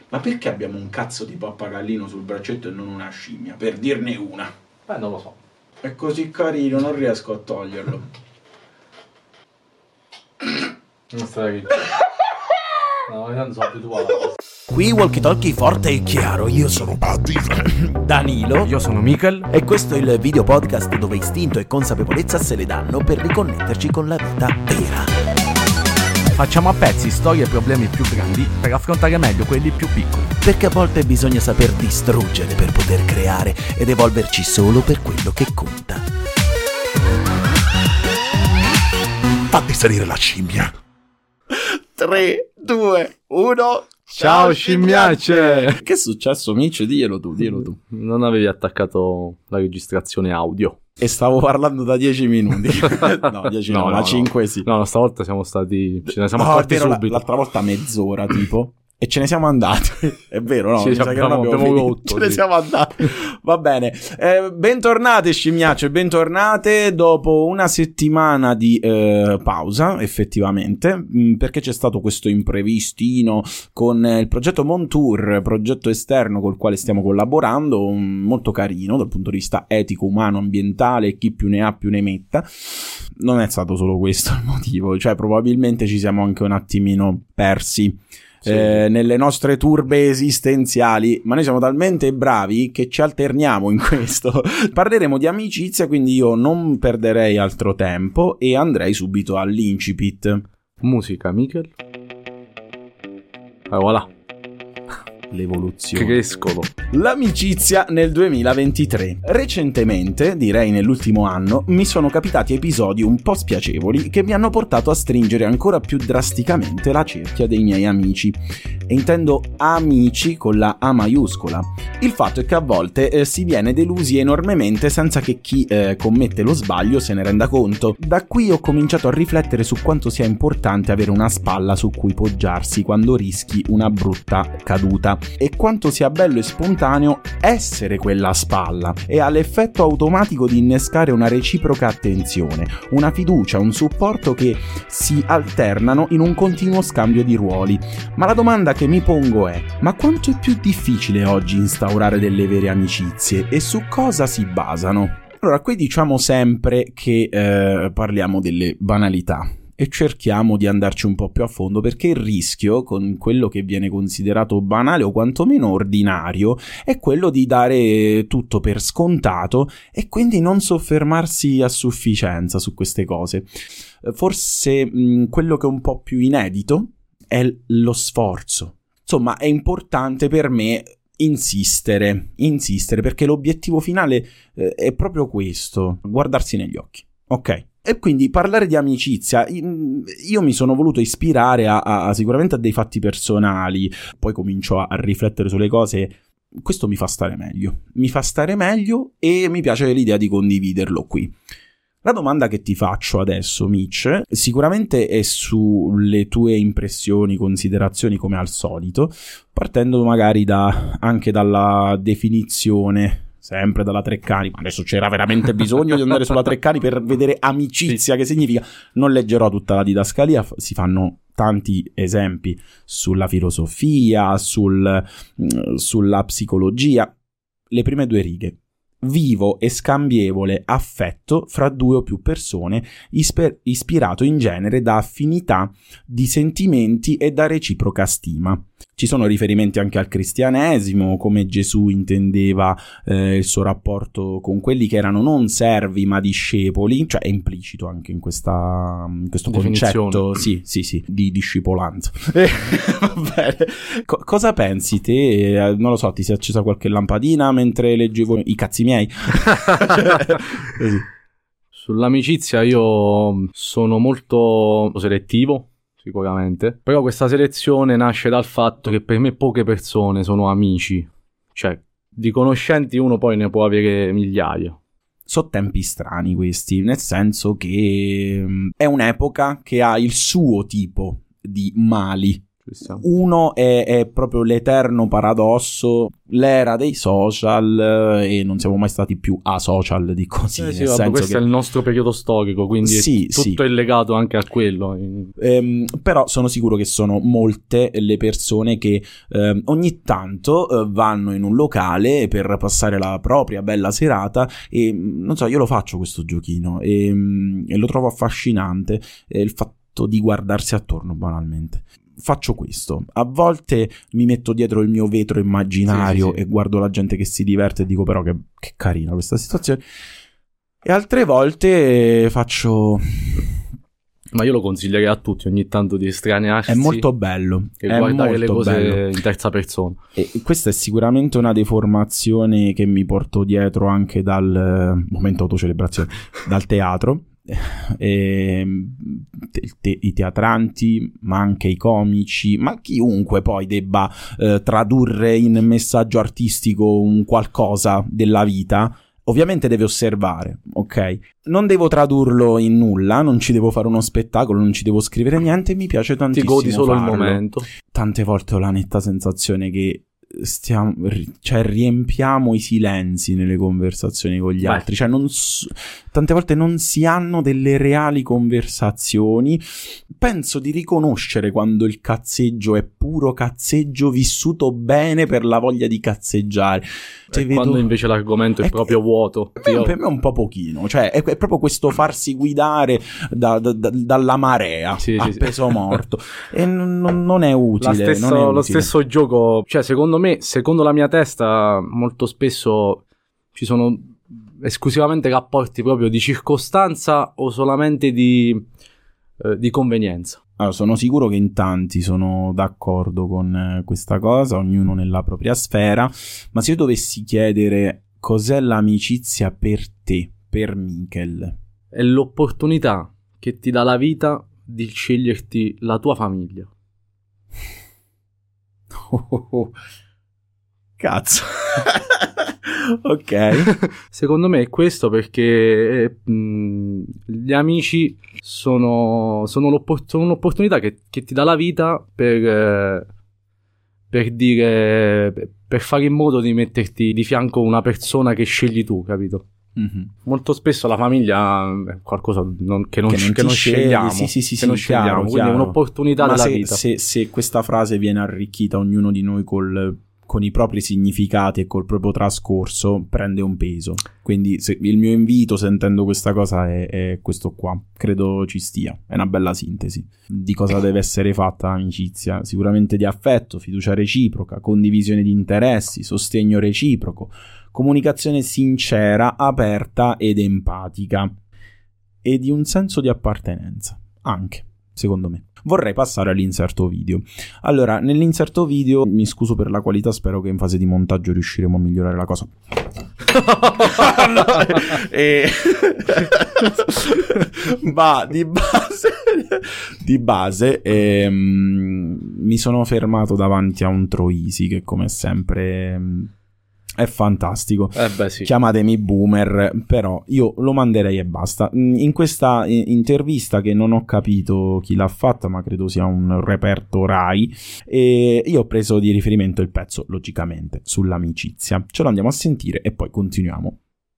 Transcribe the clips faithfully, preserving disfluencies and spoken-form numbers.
Ma perché abbiamo un cazzo di pappagallino sul braccetto e non una scimmia? Per dirne una. Beh, non lo so. È così carino, non riesco a toglierlo. Non stai No, non so più tu alla Qui Walkie Talkie forte e chiaro, io sono Patti, Danilo, io sono Michael e questo è il video podcast dove istinto e consapevolezza se le danno per riconnetterci con la vita vera. Facciamo a pezzi storie e problemi più grandi per affrontare meglio quelli più piccoli. Perché a volte bisogna saper distruggere per poter creare ed evolverci solo per quello che conta. Fatti salire la scimmia. tre, due, uno... Ciao scimmiacce! Che è successo, Mitch? Diglielo tu, diglielo tu. Non avevi attaccato la registrazione audio. E stavo parlando da dieci minuti. No, dieci no, no, ma cinque sì. No, stavolta siamo stati... ce ne siamo no, accorti vero, subito. L'altra volta mezz'ora, tipo. E ce ne siamo andati. È vero, no? Sì, Mi sa che non abbiamo, abbiamo rotto, ce sì. ne siamo andati. Va bene. Eh, bentornate scimmiacce, bentornate dopo una settimana di eh, pausa, effettivamente, mh, perché c'è stato questo imprevistino con il progetto Montour, progetto esterno col quale stiamo collaborando, um, molto carino dal punto di vista etico, umano, ambientale, chi più ne ha più ne metta. Non è stato solo questo il motivo, cioè probabilmente ci siamo anche un attimino persi. Sì. Eh, nelle nostre turbe esistenziali, ma noi siamo talmente bravi che ci alterniamo in questo. Parleremo di amicizia, quindi io non perderei altro tempo e andrei subito all'incipit. Musica, Michael. E voilà. L'evoluzione. Crescolo. L'amicizia nel duemilaventitré. Recentemente, direi nell'ultimo anno, mi sono capitati episodi un po' spiacevoli che mi hanno portato a stringere ancora più drasticamente la cerchia dei miei amici. E intendo amici con la A maiuscola. Il fatto è che a volte eh, si viene delusi enormemente senza che chi eh, commette lo sbaglio se ne renda conto. Da qui ho cominciato a riflettere su quanto sia importante avere una spalla su cui poggiarsi quando rischi una brutta caduta. E quanto sia bello e spontaneo essere quella spalla e ha l'effetto automatico di innescare una reciproca attenzione, una fiducia, un supporto che si alternano in un continuo scambio di ruoli. Ma la domanda che mi pongo è: ma quanto è più difficile oggi instaurare delle vere amicizie e su cosa si basano? Allora, qui diciamo sempre che eh, parliamo delle banalità e cerchiamo di andarci un po' più a fondo, perché il rischio con quello che viene considerato banale o quantomeno ordinario è quello di dare tutto per scontato e quindi non soffermarsi a sufficienza su queste cose. Forse mh, quello che è un po' più inedito è lo sforzo. Insomma, è importante per me insistere, insistere, perché l'obiettivo finale eh, è proprio questo, guardarsi negli occhi. Ok? E quindi parlare di amicizia, io mi sono voluto ispirare a, a, a sicuramente a dei fatti personali, poi comincio a, a riflettere sulle cose, questo mi fa stare meglio, mi fa stare meglio e mi piace l'idea di condividerlo qui. La domanda che ti faccio adesso, Mitch, sicuramente è sulle tue impressioni, considerazioni come al solito, partendo magari da, anche dalla definizione, sempre dalla Treccani, ma adesso c'era veramente bisogno di andare sulla Treccani per vedere amicizia, che significa. Non leggerò tutta la didascalia, si fanno tanti esempi sulla filosofia, sul, sulla psicologia. Le prime due righe: vivo e scambievole affetto fra due o più persone, isper- ispirato in genere da affinità di sentimenti e da reciproca stima. Ci sono riferimenti anche al cristianesimo, come Gesù intendeva eh, il suo rapporto con quelli che erano non servi ma discepoli, cioè è implicito anche in, questa, in questo concetto sì, sì, sì, di discipolanza. Va bene. Co- cosa pensi te? Eh, non lo so, ti si è accesa qualche lampadina mentre leggevo i cazzi miei? Così. Sull'amicizia io sono molto selettivo, sicuramente, però questa selezione nasce dal fatto che per me poche persone sono amici, cioè di conoscenti uno poi ne può avere migliaia. Sono tempi strani questi, nel senso che è un'epoca che ha il suo tipo di mali, Uno è, è proprio l'eterno paradosso, l'era dei social, e non siamo mai stati più asocial di così. Eh sì, nel vabbè, senso questo che... è il nostro periodo storico, quindi sì, tutto sì. è legato anche a quello. Ehm, però sono sicuro che sono molte le persone che ehm, ogni tanto eh, vanno in un locale per passare la propria bella serata e non so, io lo faccio questo giochino e, e lo trovo affascinante, eh, il fatto di guardarsi attorno banalmente. Faccio questo, a volte mi metto dietro il mio vetro immaginario sì, sì, sì. e guardo la gente che si diverte e dico però che, che carina questa situazione, e altre volte faccio... Ma io lo consiglierei a tutti ogni tanto di estraniarsi. È molto bello. E è guardare molto le cose bello. in terza persona. E questa è sicuramente una deformazione che mi porto dietro anche dal momento autocelebrazione, dal teatro. E, te, i teatranti, ma anche i comici, ma chiunque poi debba eh, tradurre in messaggio artistico un qualcosa della vita, ovviamente deve osservare, ok? Non devo tradurlo in nulla, non ci devo fare uno spettacolo, non ci devo scrivere niente, mi piace tantissimo. Ti godi solo farlo. il momento. Tante volte ho la netta sensazione che stiamo, cioè riempiamo i silenzi nelle conversazioni con gli Beh. altri, cioè non tante volte non si hanno delle reali conversazioni. Penso di riconoscere quando il cazzeggio è puro cazzeggio vissuto bene per la voglia di cazzeggiare, cioè, vedo... quando invece l'argomento è, è proprio vuoto. Per me, per me è un po' pochino, cioè è, è proprio questo farsi guidare da, da, da, dalla marea sì, a sì, peso sì. morto, e non, non è utile, stesso, non è utile. Lo stesso gioco, cioè secondo me, secondo la mia testa, molto spesso ci sono esclusivamente rapporti proprio di circostanza o solamente di, eh, di convenienza. Allora, sono sicuro che in tanti sono d'accordo con eh, questa cosa, ognuno nella propria sfera, ma se io dovessi chiedere cos'è l'amicizia per te, per Michel? È l'opportunità che ti dà la vita di sceglierti la tua famiglia. Oh, oh, oh. Cazzo. Ok. Secondo me è questo, perché eh, mh, gli amici sono, sono, l'opport- sono un'opportunità che, che ti dà la vita per, eh, per dire, per fare in modo di metterti di fianco una persona che scegli tu, capito? Mm-hmm. Molto spesso la famiglia è qualcosa non, che non, che non, che non scegli, scegliamo, sì, sì, sì, che sì, non chiaro, scegliamo, quindi chiaro. è un'opportunità Ma della se, vita. Se, se questa frase viene arricchita, ognuno di noi col, con i propri significati e col proprio trascorso, prende un peso. Quindi se, il mio invito, sentendo questa cosa, è, è questo qua. Credo ci stia. È una bella sintesi di cosa deve essere fatta l'amicizia. Sicuramente di affetto, fiducia reciproca, condivisione di interessi, sostegno reciproco, comunicazione sincera, aperta ed empatica, e di un senso di appartenenza, anche, secondo me. Vorrei passare all'inserto video. Allora, nell'inserto video, mi scuso per la qualità, spero che in fase di montaggio riusciremo a migliorare la cosa. no, e... Ma di base, di base ehm, mi sono fermato davanti a un Troisi che, come sempre, è fantastico. Eh beh, sì. Chiamatemi boomer, però io lo manderei e basta. In questa intervista, che non ho capito chi l'ha fatta, ma credo sia un reperto Rai, e io ho preso di riferimento il pezzo, logicamente, sull'amicizia. Ce lo andiamo a sentire e poi continuiamo.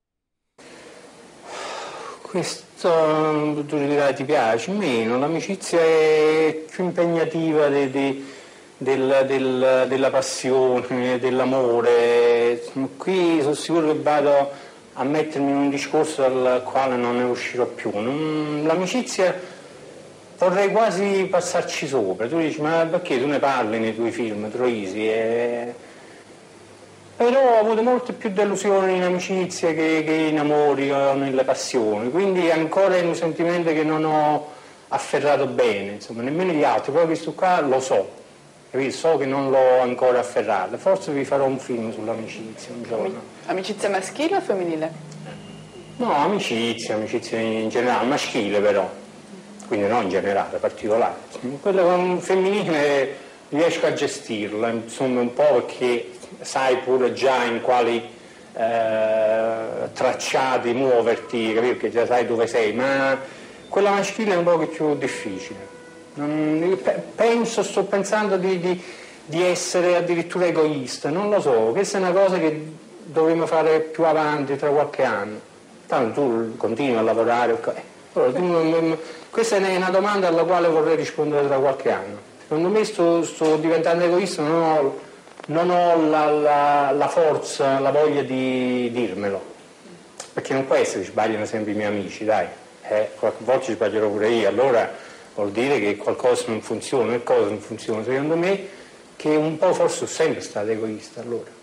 Questo tu dirai ti piace? Meno, l'amicizia è più impegnativa di... di... Del, del, della passione, dell'amore. Qui sono sicuro che vado a mettermi in un discorso dal quale non ne uscirò più. Non, l'amicizia vorrei quasi passarci sopra. Tu dici, ma perché tu ne parli nei tuoi film, Troisi? E... Però ho avuto molte più delusioni in amicizia che, che in amori o nelle passioni, quindi ancora è un sentimento che non ho afferrato bene, insomma, nemmeno gli altri. Poi questo qua lo so. So che non l'ho ancora afferrato, forse vi farò un film sull'amicizia un giorno. Amicizia maschile o femminile? No, amicizia, amicizia in generale, maschile però, quindi non in generale, particolare. Quella femminile riesco a gestirla, insomma, un po', perché sai pure già in quali eh, tracciati muoverti, capito? Che già sai dove sei, ma quella maschile è un po' più difficile. Non, penso, sto pensando di, di, di essere addirittura egoista, non lo so, questa è una cosa che dovremmo fare più avanti, tra qualche anno. Tanto tu continui a lavorare, allora, tu, questa è una domanda alla quale vorrei rispondere tra qualche anno. Secondo me sto, sto diventando egoista, non ho, non ho la, la, la forza, la voglia di dirmelo, perché non può essere che sbagliano sempre i miei amici, dai, eh, qualche volta ci sbaglierò pure io, allora vuol dire che qualcosa non funziona, che cosa non funziona, secondo me che un po' forse sono sempre stato egoista allora.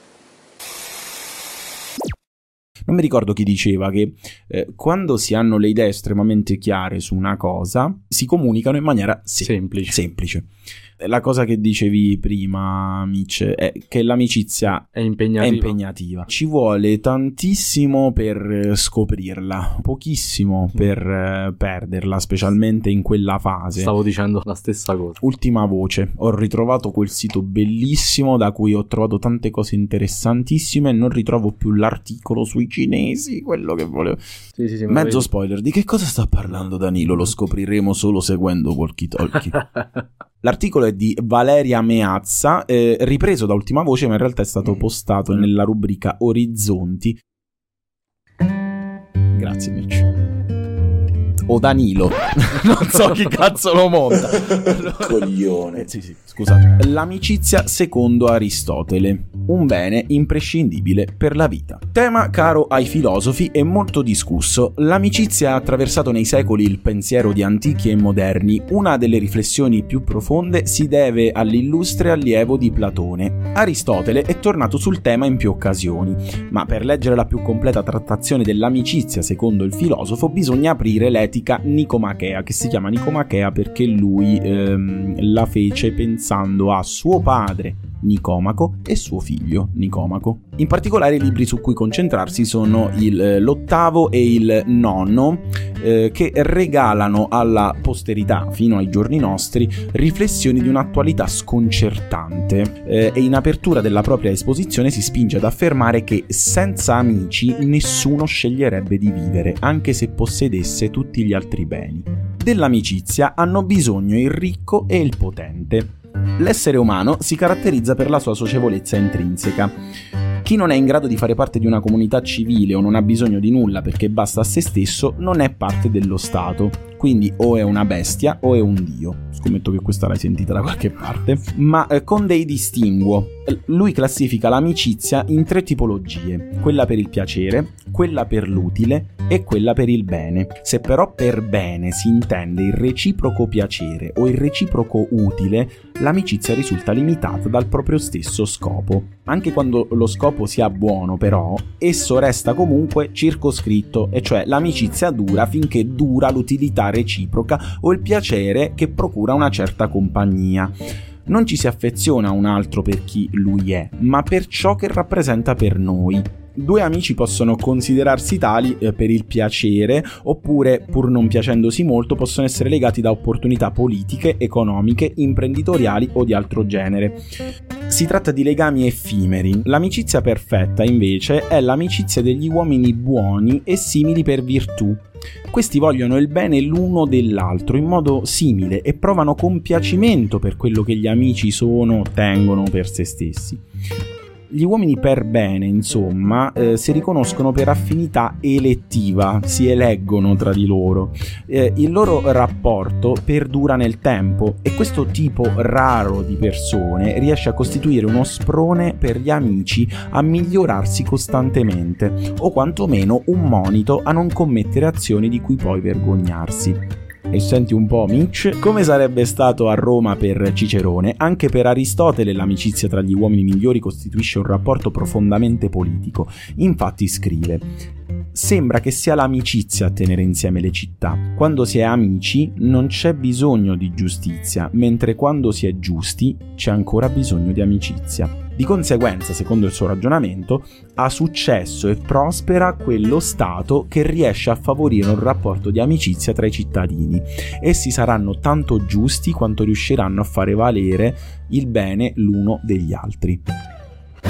Non mi ricordo chi diceva che eh, quando si hanno le idee estremamente chiare su una cosa, si comunicano in maniera se- semplice. semplice. La cosa che dicevi prima, Mitch, è che l'amicizia È impegnativa. è impegnativa. Ci vuole tantissimo per scoprirla, pochissimo per eh, perderla, specialmente in quella fase. Stavo dicendo la stessa cosa. Ultima voce, ho ritrovato quel sito bellissimo da cui ho trovato tante cose interessantissime e non ritrovo più l'articolo sui cinesi, quello che volevo. Sì, sì, sì, Mezzo spoiler, di che cosa sta parlando Danilo? Lo scopriremo solo seguendo Walkie Talkie. L'articolo è di Valeria Meazza, eh, ripreso da Ultima Voce, ma in realtà è stato postato nella rubrica Orizzonti. Grazie Mirci. O Danilo, non so chi cazzo lo monta. Coglione. Eh, sì, sì, scusate. L'amicizia secondo Aristotele, un bene imprescindibile per la vita. Tema caro ai filosofi e molto discusso. L'amicizia ha attraversato nei secoli il pensiero di antichi e moderni. Una delle riflessioni più profonde si deve all'illustre allievo di Platone. Aristotele è tornato sul tema in più occasioni, ma per leggere la più completa trattazione dell'amicizia secondo il filosofo bisogna aprire l'etica Nicomachea, che si chiama Nicomachea perché lui ehm, la fece pensando a suo padre Nicomaco e suo figlio Nicomaco. In particolare i libri su cui concentrarsi sono il, l'ottavo e il nono, eh, che regalano alla posterità fino ai giorni nostri riflessioni di un'attualità sconcertante, eh, e in apertura della propria esposizione si spinge ad affermare che senza amici nessuno sceglierebbe di vivere, anche se possedesse tutti gli altri beni. Dell'amicizia hanno bisogno il ricco e il potente. L'essere umano si caratterizza per la sua socievolezza intrinseca. Chi non è in grado di fare parte di una comunità civile o non ha bisogno di nulla perché basta a se stesso non è parte dello Stato. Quindi o è una bestia o è un dio. Scommetto che questa l'hai sentita da qualche parte. Ma eh, con dei distinguo. Lui classifica l'amicizia in tre tipologie: quella per il piacere, quella per l'utile e quella per il bene. Se però per bene si intende il reciproco piacere o il reciproco utile, l'amicizia risulta limitata dal proprio stesso scopo. Anche quando lo scopo sia buono, però, esso resta comunque circoscritto, e cioè l'amicizia dura finché dura l'utilità reciproca o il piacere che procura una certa compagnia. Non ci si affeziona a un altro per chi lui è, ma per ciò che rappresenta per noi. Due amici possono considerarsi tali eh, per il piacere, oppure, pur non piacendosi molto, possono essere legati da opportunità politiche, economiche, imprenditoriali o di altro genere. Si tratta di legami effimeri. L'amicizia perfetta, invece, è l'amicizia degli uomini buoni e simili per virtù. Questi vogliono il bene l'uno dell'altro in modo simile e provano compiacimento per quello che gli amici sono o tengono per se stessi. Gli uomini per bene, insomma, eh, si riconoscono per affinità elettiva, si eleggono tra di loro. Eh, il loro rapporto perdura nel tempo e questo tipo raro di persone riesce a costituire uno sprone per gli amici a migliorarsi costantemente, o quantomeno un monito a non commettere azioni di cui poi vergognarsi. E senti un po', Mitch, come sarebbe stato a Roma per Cicerone, anche per Aristotele l'amicizia tra gli uomini migliori costituisce un rapporto profondamente politico. Infatti scrive: sembra che sia l'amicizia a tenere insieme le città. Quando si è amici non c'è bisogno di giustizia, mentre quando si è giusti c'è ancora bisogno di amicizia. Di conseguenza, secondo il suo ragionamento, ha successo e prospera quello Stato che riesce a favorire un rapporto di amicizia tra i cittadini. Essi saranno tanto giusti quanto riusciranno a fare valere il bene l'uno degli altri.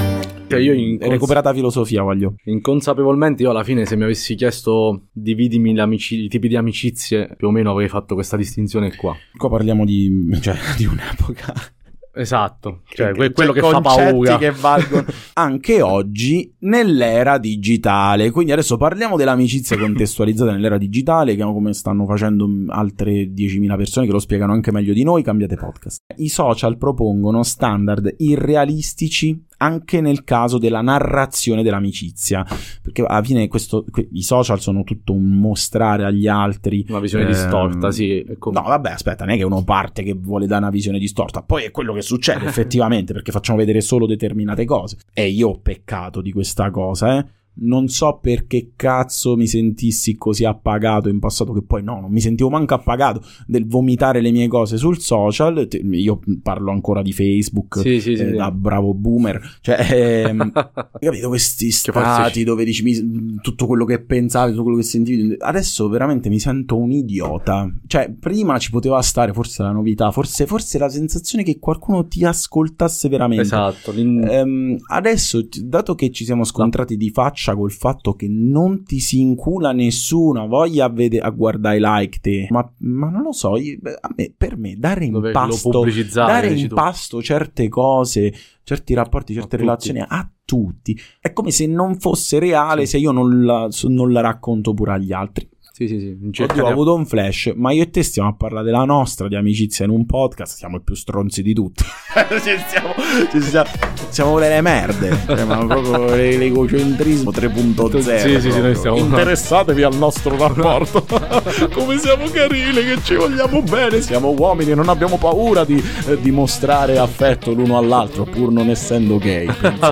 Cioè io in cons- recuperata filosofia voglio. Inconsapevolmente io alla fine, se mi avessi chiesto dividimi le amici- i tipi di amicizie, più o meno avrei fatto questa distinzione qua. Qua parliamo di, cioè, di un'epoca. Esatto, cioè che, quello cioè, che fa paura, che valgono anche oggi nell'era digitale. Quindi adesso parliamo dell'amicizia contestualizzata nell'era digitale, che come stanno facendo altre diecimila persone che lo spiegano anche meglio di noi. Cambiate podcast. I social propongono standard irrealistici anche nel caso della narrazione dell'amicizia, perché alla fine questo, que- i social sono tutto un mostrare agli altri una visione ehm, distorta, sì. Com- no vabbè aspetta, non è che uno parte che vuole dare una visione distorta, poi è quello che succede effettivamente, perché facciamo vedere solo determinate cose, e io ho peccato di questa cosa, eh non so perché cazzo mi sentissi così appagato in passato, che poi no, non mi sentivo manco appagato del vomitare le mie cose sul social. Io parlo ancora di Facebook, sì, sì, sì, eh, sì. da bravo boomer, cioè ehm, capito, questi stati dove dici mi, tutto quello che pensavi, tutto quello che sentivi, adesso veramente mi sento un idiota. Cioè prima ci poteva stare forse la novità, forse, forse la sensazione che qualcuno ti ascoltasse veramente, esatto. L'in... ehm, adesso, dato che ci siamo scontrati no. di faccia col fatto che non ti si incula nessuno, voglia a, vede- a guardare i like te, ma, ma non lo so, io, a me, per me dare in Dove pasto dare in pasto certe cose, certi rapporti, certe a relazioni tutti. a tutti, è come se non fosse reale, sì. se io non la, non la racconto pure agli altri. Sì, sì, sì. Oddio, ho avuto un flash, ma io e te stiamo a parlare della nostra di amicizia in un podcast, siamo i più stronzi di tutti. ci siamo, ci siamo, siamo delle merde, cioè, ma proprio l'egocentrismo tre punto zero. Sì, sì, sì, noi stiamo... Interessatevi al nostro rapporto. Come siamo carini, che ci vogliamo bene, siamo uomini e non abbiamo paura di eh, dimostrare affetto l'uno all'altro, pur non essendo gay.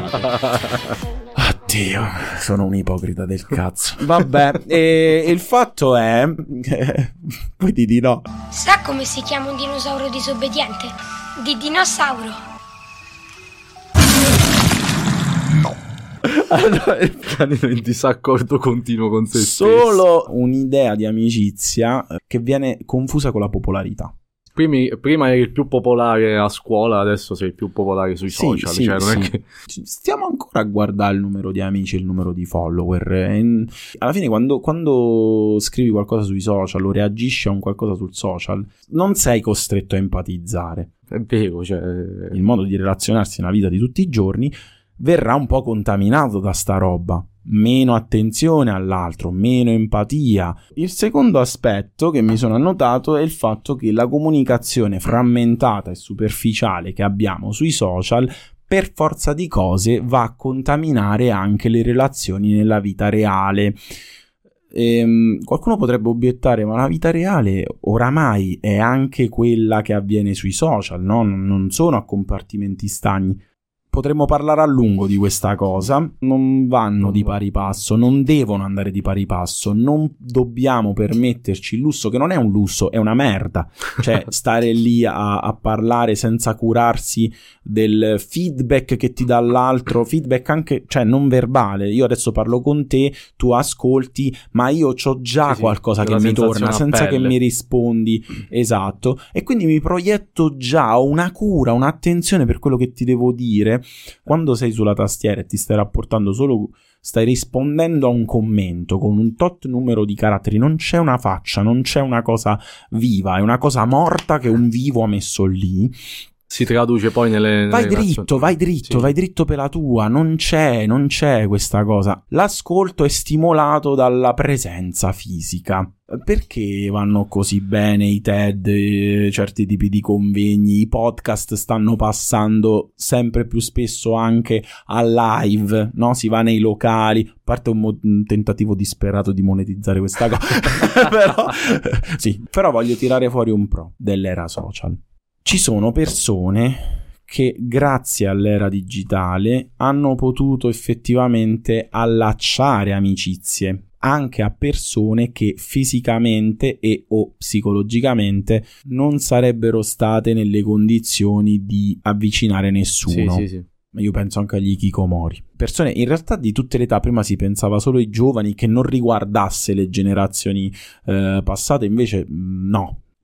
Dio, sono un ipocrita del cazzo. Vabbè, e il fatto è eh, poi ti dirò. Sa come si chiama un dinosauro disobbediente? Di dinosauro. No. Allora, il cane è in disaccordo continuo con se stesso. Solo un'idea di amicizia che viene confusa con la popolarità. Primi, prima eri il più popolare a scuola, adesso sei il più popolare sui sì, social. Sì, cioè, sì. non è che... Stiamo ancora a guardare il numero di amici e il numero di follower. E alla fine, quando, quando scrivi qualcosa sui social o reagisci a un qualcosa sul social, non sei costretto a empatizzare. È vero, cioè... Il modo di relazionarsi nella vita di tutti i giorni verrà un po' contaminato da sta roba. Meno attenzione all'altro, meno empatia. Il secondo aspetto che mi sono annotato è il fatto che la comunicazione frammentata e superficiale che abbiamo sui social, per forza di cose, va a contaminare anche le relazioni nella vita reale. Ehm, qualcuno potrebbe obiettare, ma la vita reale oramai è anche quella che avviene sui social, no? Non sono a compartimenti stagni. Potremmo parlare a lungo di questa cosa, non vanno di pari passo, non devono andare di pari passo, non dobbiamo permetterci il lusso, che non è un lusso, è una merda, cioè stare lì a, a parlare senza curarsi del feedback che ti dà l'altro, feedback anche, cioè non verbale. Io adesso parlo con te, tu ascolti, ma io c'ho già sì, qualcosa sì, che mi torna senza che mi rispondi, esatto, e quindi mi proietto già, ho una cura, un'attenzione per quello che ti devo dire. Quando sei sulla tastiera e ti stai rapportando solo, stai rispondendo a un commento con un tot numero di caratteri, non c'è una faccia, non c'è una cosa viva, è una cosa morta che un vivo ha messo lì. Si traduce poi nelle... Vai nelle dritto, nazioni. vai dritto, sì. vai dritto per la tua, non c'è, non c'è questa cosa. L'ascolto è stimolato dalla presenza fisica. Perché vanno così bene i TED, eh, certi tipi di convegni, i podcast stanno passando sempre più spesso anche a live, no? Si va nei locali, a parte un, mo- un tentativo disperato di monetizzare questa cosa, però, sì, però voglio tirare fuori un pro dell'era social. Ci sono persone che grazie all'era digitale hanno potuto effettivamente allacciare amicizie anche a persone che fisicamente e o psicologicamente non sarebbero state nelle condizioni di avvicinare nessuno. Sì, sì, sì. Io penso anche agli hikikomori. Persone in realtà di tutte le età, prima si pensava solo ai giovani, che non riguardasse le generazioni eh, passate, invece no.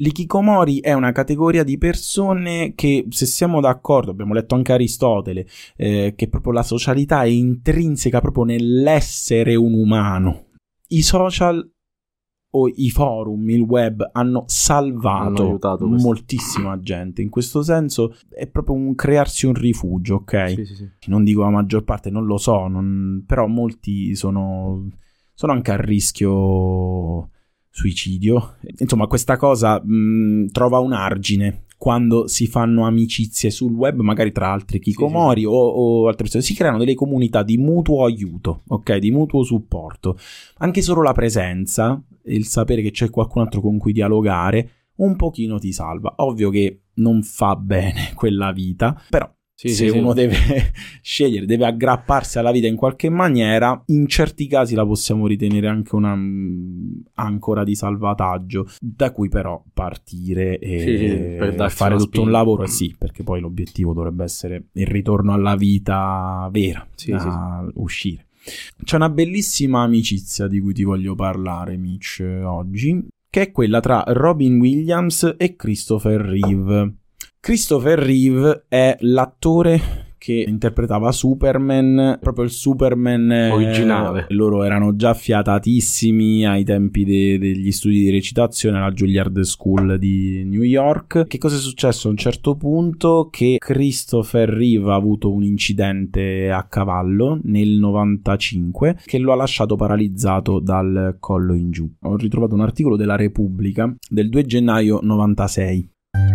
L'ikikomori è una categoria di persone che, se siamo d'accordo, abbiamo letto anche Aristotele, eh, che proprio la socialità è intrinseca proprio nell'essere un umano. I social o i forum, il web hanno salvato hanno moltissima gente. In questo senso è proprio un crearsi un rifugio, ok? Sì, sì, sì. Non dico la maggior parte, non lo so, non... però molti sono, sono anche a rischio suicidio. Insomma, questa cosa mh, trova un argine quando si fanno amicizie sul web, magari tra altri kikomori, sì, sì. O, o altre persone. Si creano delle comunità di mutuo aiuto, ok? Di mutuo supporto. Anche solo la presenza, il sapere che c'è qualcun altro con cui dialogare, un pochino ti salva. Ovvio che non fa bene quella vita, però sì, se sì, uno sì. deve scegliere, deve aggrapparsi alla vita in qualche maniera, in certi casi la possiamo ritenere anche una um, ancora di salvataggio, da cui però partire e sì, sì, per fare tutto spinta. Un lavoro, eh sì, perché poi l'obiettivo dovrebbe essere il ritorno alla vita vera, sì, a sì, uscire. C'è una bellissima amicizia di cui ti voglio parlare, Mitch, oggi, che è quella tra Robin Williams e Christopher Reeve. Christopher Reeve è l'attore che interpretava Superman, proprio il Superman originale. Eh, loro erano già fiatatissimi ai tempi de- degli studi di recitazione alla Juilliard School di New York. Che cosa è successo a un certo punto? Che Christopher Reeve ha avuto un incidente a cavallo nel novantacinque che lo ha lasciato paralizzato dal collo in giù. Ho ritrovato un articolo della Repubblica del due gennaio novantasei.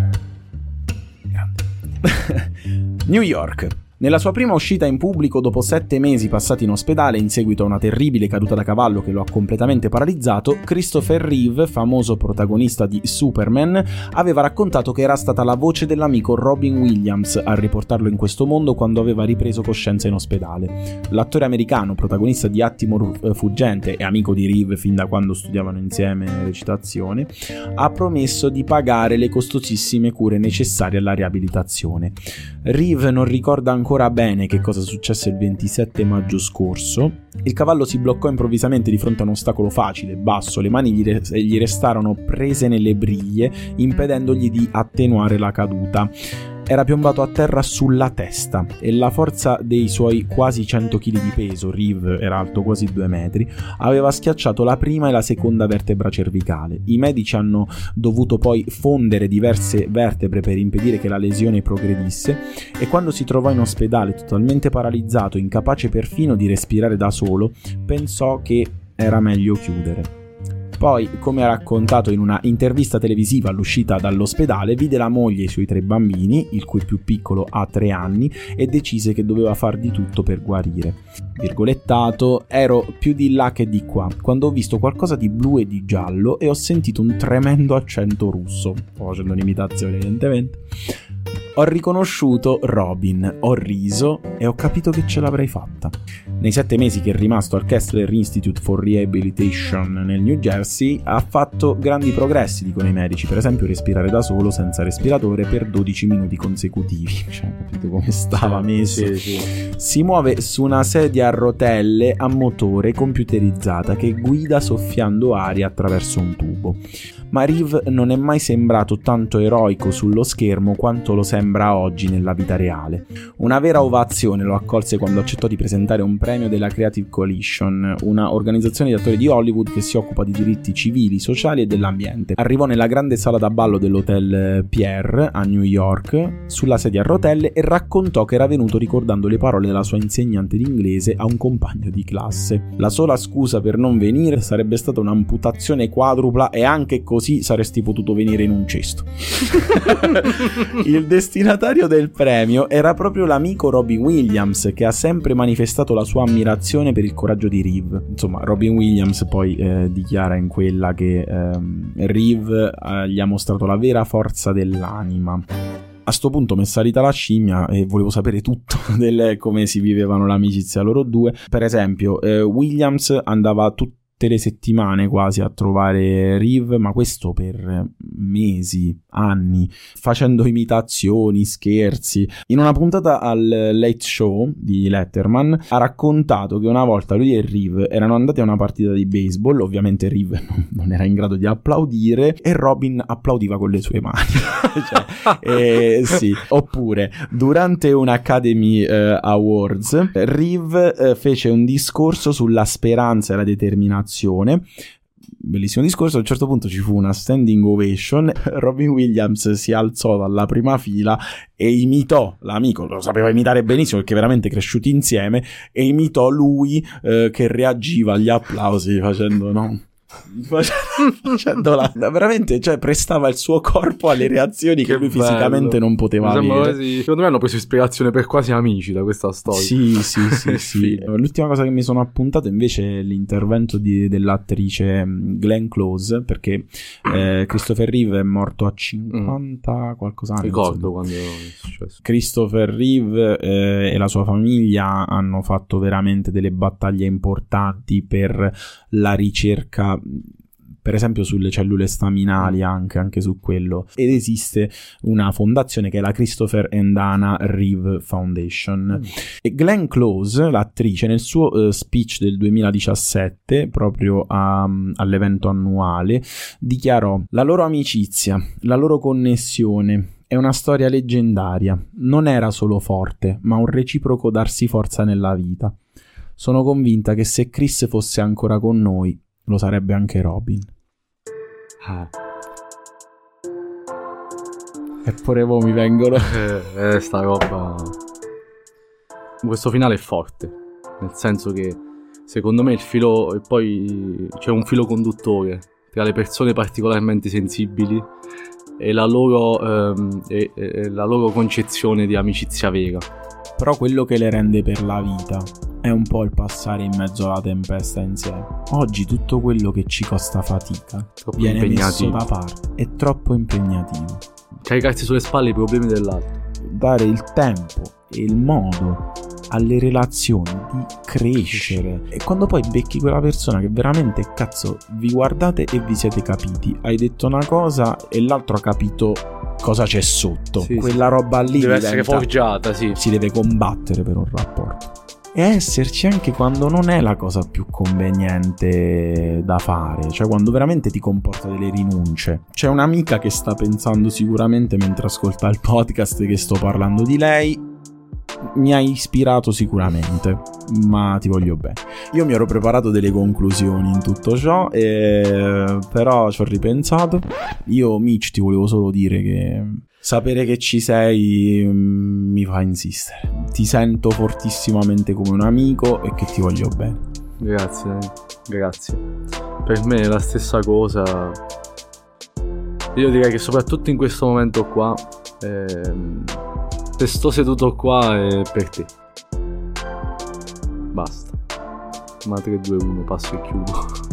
New York. Nella sua prima uscita in pubblico dopo sette mesi passati in ospedale in seguito a una terribile caduta da cavallo che lo ha completamente paralizzato, Christopher Reeve, famoso protagonista di Superman, aveva raccontato che era stata la voce dell'amico Robin Williams a riportarlo in questo mondo quando aveva ripreso coscienza in ospedale. L'attore americano, protagonista di Attimo Fuggente e amico di Reeve fin da quando studiavano insieme recitazione, ha promesso di pagare le costosissime cure necessarie alla riabilitazione. Reeve non ricorda ancora ancora bene che cosa successe il ventisette maggio scorso. Il cavallo si bloccò improvvisamente di fronte a un ostacolo facile, basso, le mani gli, re- gli restarono prese nelle briglie, impedendogli di attenuare la caduta. Era piombato a terra sulla testa e la forza dei suoi quasi cento chili di peso, Reeve era alto quasi due metri, aveva schiacciato la prima e la seconda vertebra cervicale. I medici hanno dovuto poi fondere diverse vertebre per impedire che la lesione progredisse e quando si trovò in ospedale totalmente paralizzato, incapace perfino di respirare da solo, pensò che era meglio chiudere. Poi, come ha raccontato in una intervista televisiva all'uscita dall'ospedale, vide la moglie e i suoi tre bambini, il cui più piccolo ha tre anni, e decise che doveva far di tutto per guarire. Virgolettato, ero più di là che di qua, quando ho visto qualcosa di blu e di giallo e ho sentito un tremendo accento russo. Sto facendo un'imitazione, evidentemente. Ho riconosciuto Robin, ho riso e ho capito che ce l'avrei fatta. Nei sette mesi che è rimasto al Kessler Institute for Rehabilitation nel New Jersey ha fatto grandi progressi, dicono i medici, per esempio respirare da solo senza respiratore per dodici minuti consecutivi. Cioè, capito come stava messo? Sì, sì. Si muove su una sedia a rotelle a motore computerizzata che guida soffiando aria attraverso un tubo. Ma Reeve non è mai sembrato tanto eroico sullo schermo quanto lo sembra oggi nella vita reale. Una vera ovazione lo accolse quando accettò di presentare un premio della Creative Coalition, una organizzazione di attori di Hollywood che si occupa di diritti civili, sociali e dell'ambiente. Arrivò nella grande sala da ballo dell'Hotel Pierre a New York sulla sedia a rotelle e raccontò che era venuto ricordando le parole della sua insegnante di inglese a un compagno di classe. La sola scusa per non venire sarebbe stata un'amputazione quadrupla e anche così Così saresti potuto venire in un cesto. Il destinatario del premio era proprio l'amico Robin Williams, che ha sempre manifestato la sua ammirazione per il coraggio di Reeve. Insomma, Robin Williams poi eh, dichiara in quella che ehm, Reeve eh, gli ha mostrato la vera forza dell'anima. A sto punto mi è salita la scimmia e volevo sapere tutto del come si vivevano l'amicizia loro due. Per esempio, eh, Williams andava tutto tutte le settimane quasi a trovare Reeve, ma questo per mesi, anni, facendo imitazioni, scherzi. In una puntata al Late Show di Letterman ha raccontato che una volta lui e Reeve erano andati a una partita di baseball, ovviamente Reeve non era in grado di applaudire e Robin applaudiva con le sue mani. cioè, eh, sì. Oppure durante un Academy eh, Awards Reeve eh, fece un discorso sulla speranza e la determinazione. Bellissimo discorso. A un certo punto ci fu una standing ovation. Robin Williams si alzò dalla prima fila e imitò l'amico, lo sapeva imitare benissimo perché veramente cresciuti insieme, e imitò lui eh, che reagiva agli applausi facendo no facendo la, veramente, cioè prestava il suo corpo alle reazioni che, che lui bello. fisicamente non poteva avere. Quasi, secondo me hanno preso ispirazione per Quasi Amici da questa storia. Sì, sì, sì, sì. L'ultima cosa che mi sono appuntato invece è l'intervento di, dell'attrice Glenn Close, perché eh, Christopher Reeve è morto a cinquanta mm. qualcosa anni. Ricordo quando è successo. Christopher Reeve eh, e la sua famiglia hanno fatto veramente delle battaglie importanti per la ricerca, per esempio sulle cellule staminali, anche, anche su quello, ed esiste una fondazione che è la Christopher and Dana Reeve Foundation. Mm. E Glenn Close, l'attrice, nel suo uh, speech del duemiladiciassette, proprio a, all'evento annuale, dichiarò: la loro amicizia, la loro connessione è una storia leggendaria, non era solo forte, ma un reciproco darsi forza nella vita. Sono convinta che se Chris fosse ancora con noi, lo sarebbe anche Robin. Ah. Eppure mo mi vengono eh, eh, sta roba. Questo finale è forte, nel senso che secondo me il filo, e poi c'è un filo conduttore tra le persone particolarmente sensibili e la loro ehm, e, e la loro concezione di amicizia vera. Però quello che le rende per la vita è un po' il passare in mezzo alla tempesta insieme. Oggi tutto quello che ci costa fatica troppo viene messo da parte. È troppo impegnativo. Caricarsi sulle spalle i problemi dell'altro. Dare il tempo e il modo alle relazioni di crescere. E quando poi becchi quella persona che veramente, cazzo, vi guardate e vi siete capiti, hai detto una cosa e l'altro ha capito cosa c'è sotto, sì, quella sì. roba lì deve diventa, essere forgiata, sì. Si deve combattere per un rapporto e esserci anche quando non è la cosa più conveniente da fare, cioè quando veramente ti comporta delle rinunce. C'è un'amica che sta pensando sicuramente mentre ascolta il podcast che sto parlando di lei. Mi ha ispirato sicuramente, ma ti voglio bene. Io mi ero preparato delle conclusioni in tutto ciò, e... però ci ho ripensato. Io, Mitch, ti volevo solo dire che sapere che ci sei mi fa insistere. Ti sento fortissimamente come un amico e che ti voglio bene. Grazie, grazie. Per me è la stessa cosa. Io direi che soprattutto in questo momento qua ehm... se sto seduto qua è per te. Basta. Ma tre, due, uno, passo e chiudo.